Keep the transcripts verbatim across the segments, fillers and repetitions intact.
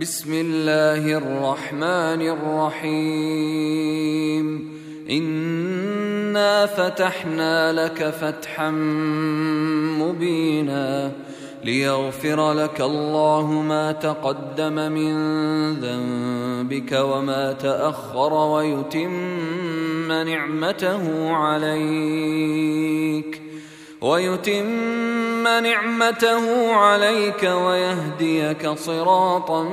بسم الله الرحمن الرحيم. إنا فتحنا لك فتحا مبينا ليغفر لك الله ما تقدم من ذنبك وما تأخر ويتم نعمته عليك ويتم نعمته عليك ويهديك صراطا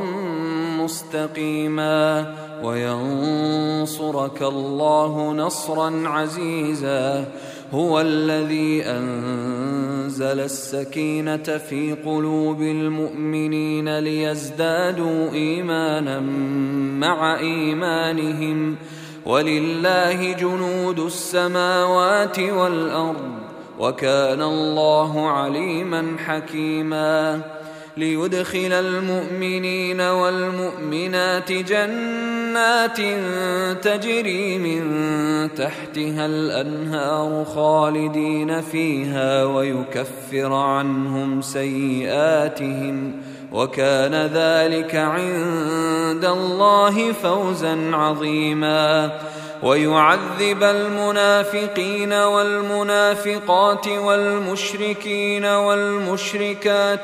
مستقيما وينصرك الله نصرا عزيزا. هو الذي أنزل السكينة في قلوب المؤمنين ليزدادوا إيمانا مع إيمانهم ولله جنود السماوات والأرض وكان الله عليما حكيما. ليدخل المؤمنين والمؤمنات جنات تجري من تحتها الأنهار خالدين فيها ويكفر عنهم سيئاتهم وكان ذلك عند الله فوزا عظيما. ويعذب المنافقين والمنافقات والمشركين والمشركات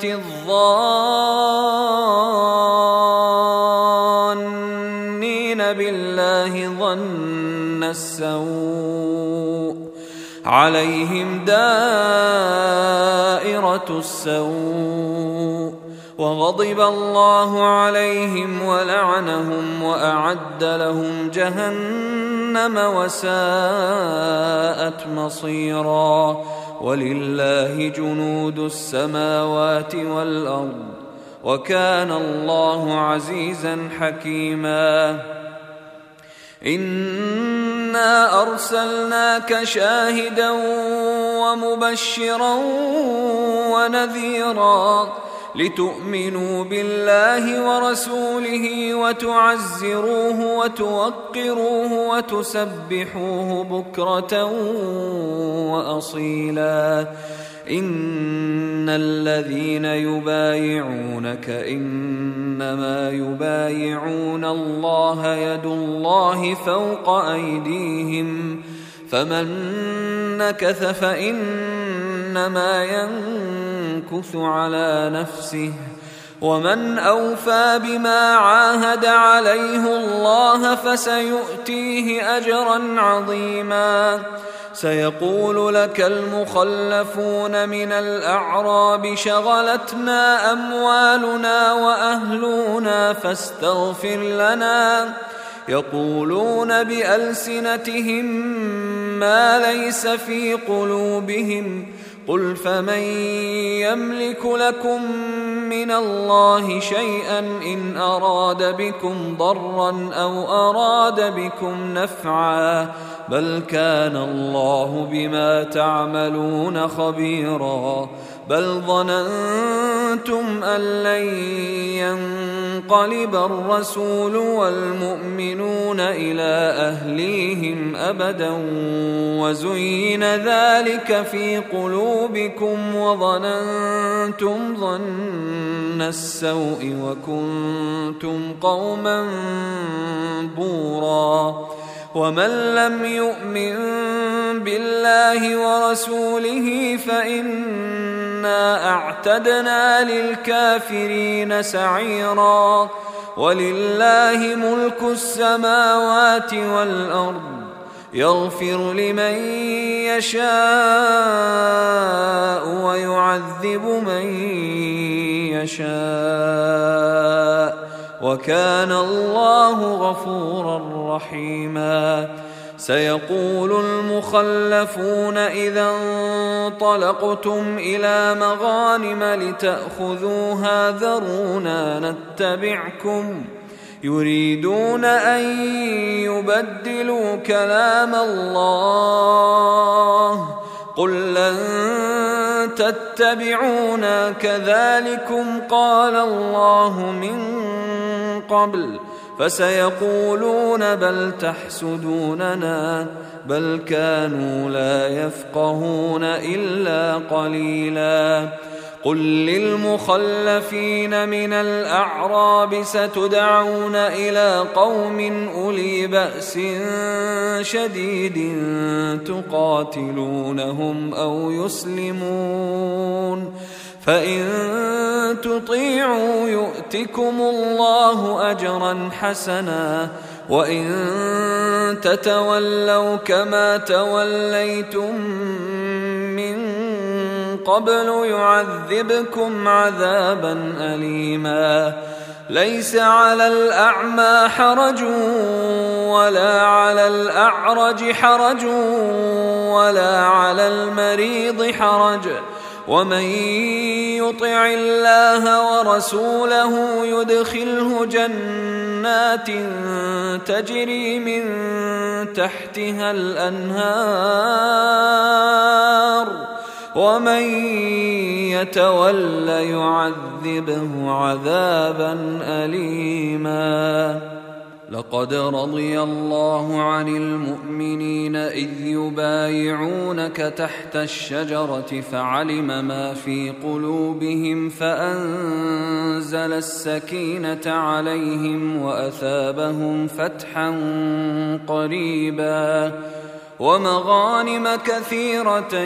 الظانين بالله ظن السوء عليهم دائرة السوء وغضب الله عليهم ولعنهم وأعد لهم جهنم وساءت مصيرا. ولله جنود السماوات والأرض وكان الله عزيزا حكيما. إنا أرسلناك شاهدا ومبشرا ونذيرا لتؤمنوا بالله ورسوله وتعزروه وتوقروه وتسبحوه بكرة وأصيلا. إن الذين يبايعونك إنما يبايعون الله يد الله فوق أيديهم فمن نكث فإنما ينكث على نفسه ومن أوفى بما عاهد عليه الله فسيؤتيه أجرا عظيما. سيقول لك المخلفون من الأعراب شغلتنا أموالنا وأهلنا فاستغفر لنا يقولون بألسنتهم ما ليس في قلوبهم قل فمن يملك لكم من الله شيئا إن أراد بكم ضرا أو أراد بكم نفعا بل كان الله بما تعملون خبيرا. بل ظننتم أن لن ينقلب الرسول والمؤمنون إلى أهليهم أبدا وزين ذلك في قلوبكم وظننتم ظن السوء وكنتم قوما بورا. ومن لم يؤمن بالله ورسوله فإنا أعتدنا للكافرين سعيرا. ولله ملك السماوات والأرض يغفر لمن يشاء ويعذب من يشاء وكان الله غفورا رحيما. سيقول المخلفون إذا انطلقتم إلى مغانم لتأخذوها ذرونا نتبعكم يريدون أن يبدلوا كلام الله قل لن تتبعونا كذلكم قال الله من قبل فسيقولون بل تحسدوننا بل كانوا لا يفقهون إلا قليلا. قل للمخلفين من الأعراب ستدعون إلى قوم أولي بأس شديد تقاتلونهم أو يسلمون فإن تطيعوا يؤتكم الله أجرا حسنا وإن تتولوا كما توليتم من قبل يعذبكم عذابا أليما ليس على الأعمى حرج ولا على الأعرج حرج ولا على المريض حرج ومن يطع الله ورسوله يدخله جنات تجري من تحتها الأنهار ومن يتول يعذبه عذابا أليما لقد رضي الله عن المؤمنين إذ يبايعونك تحت الشجرة فعلم ما في قلوبهم فأنزل السكينة عليهم وأثابهم فتحا قريبا ومغانم كثيرة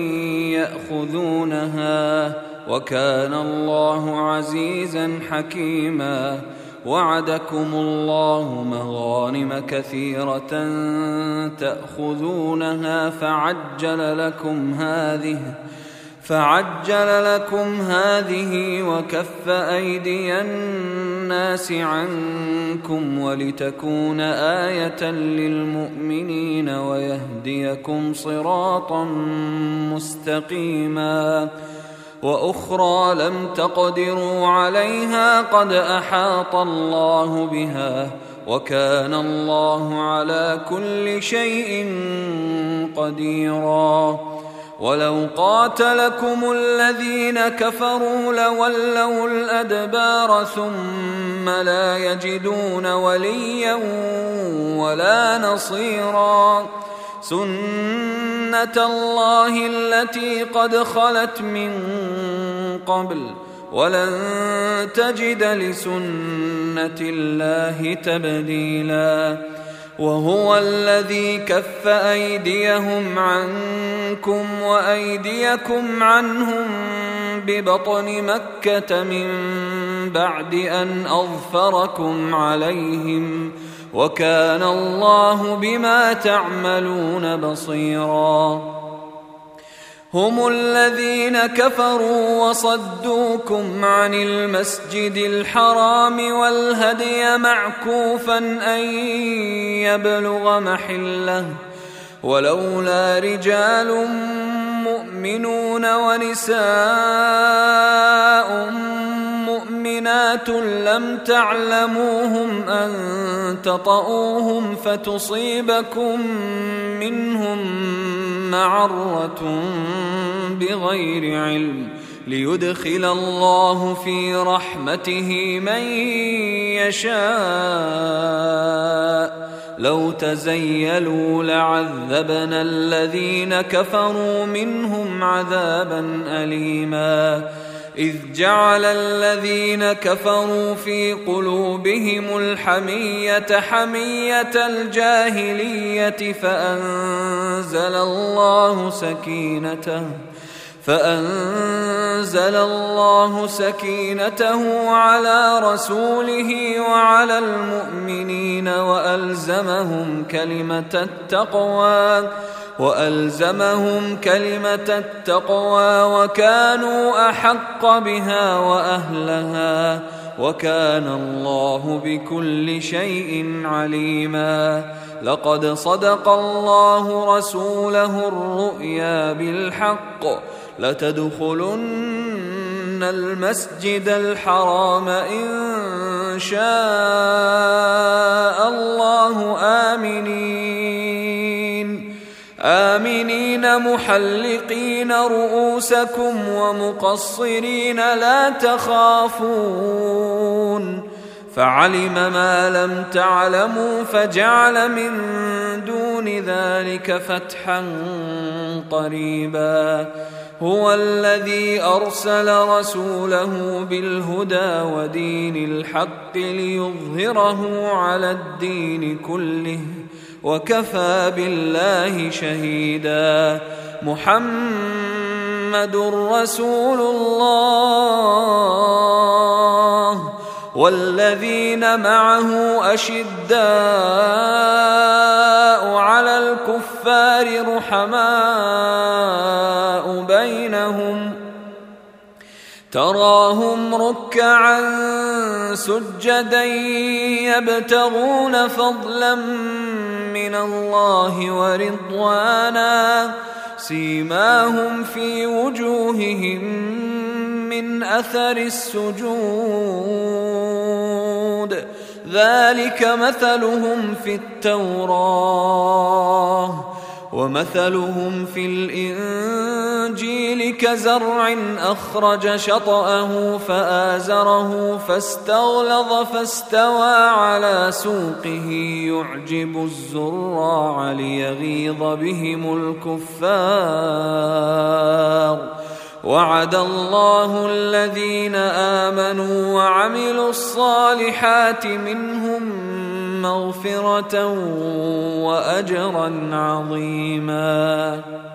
يأخذونها وكان الله عزيزا حكيما وعدكم الله مغانم كثيرة تأخذونها فعجل لكم هذه فعجل لكم هذه وكف أيدي الناس عنكم ولتكون آية للمؤمنين ويهديكم صراطا مستقيما وأخرى لم تقدروا عليها قد أحاط الله بها وكان الله على كل شيء قديرا ولو قاتلكم الذين كفروا لولوا الأدبار ثم لا يجدون وليا ولا نصيرا سنة الله التي قد خلت من قبل ولن تجد لسنة الله تبديلا وهو الذي كف أيديهم عنكم وأيديكم عنهم ببطن مكة من بعد أن أظفركم عليهم وكان الله بما تعملون بصيرا هم الذين كفروا وصدوكم عن المسجد الحرام والهدي معكوفا أن يبلغ محله ولولا رجال مؤمنون ونساء مؤمنات لم تعلموهم أن تطؤوهم فتصيبكم منهم معرة بغير علم ليدخل الله في رحمته من يشاء لو تزيلوا لعذبنا الذين كفروا منهم عذابا أليما إذ جعل الذين كفروا في قلوبهم الحمية حمية الجاهلية فأنزل الله سكينته فأنزل الله سكينته على رسوله وعلى المؤمنين وألزمهم كلمة التقوى وألزمهم كلمة التقوى وكانوا أحق بها وأهلها وكان الله بكل شيء عليما لقد صدق الله رسوله الرؤيا بالحق لتدخلن المسجد الحرام إن شاء الله آمنين آمنين محلقين رؤوسكم ومقصرين لا تخافون فعلم ما لم تعلموا فجعل من دون ذلك فتحا قريبا هو الذي أرسل رسوله بالهدى ودين الحق ليظهره على الدين كله وكفى بالله شهيدا. محمد رسول الله والذين معه أشداء على الكفار رحماء بينهم تراهم ركعا سجدا يبتغون فضلا من الله ورضوانا سيماهم في وجوههم من أثر السجود ذلك مثلهم في التوراة ومثلهم في الإنجيل كزرع أخرج شطأه فآزره فاستغلظ فاستوى على سوقه يعجب الزراع ليغيظ بهم الكفار. وعد الله الذين آمنوا وعملوا الصالحات منهم مغفرة وأجرا عظيما.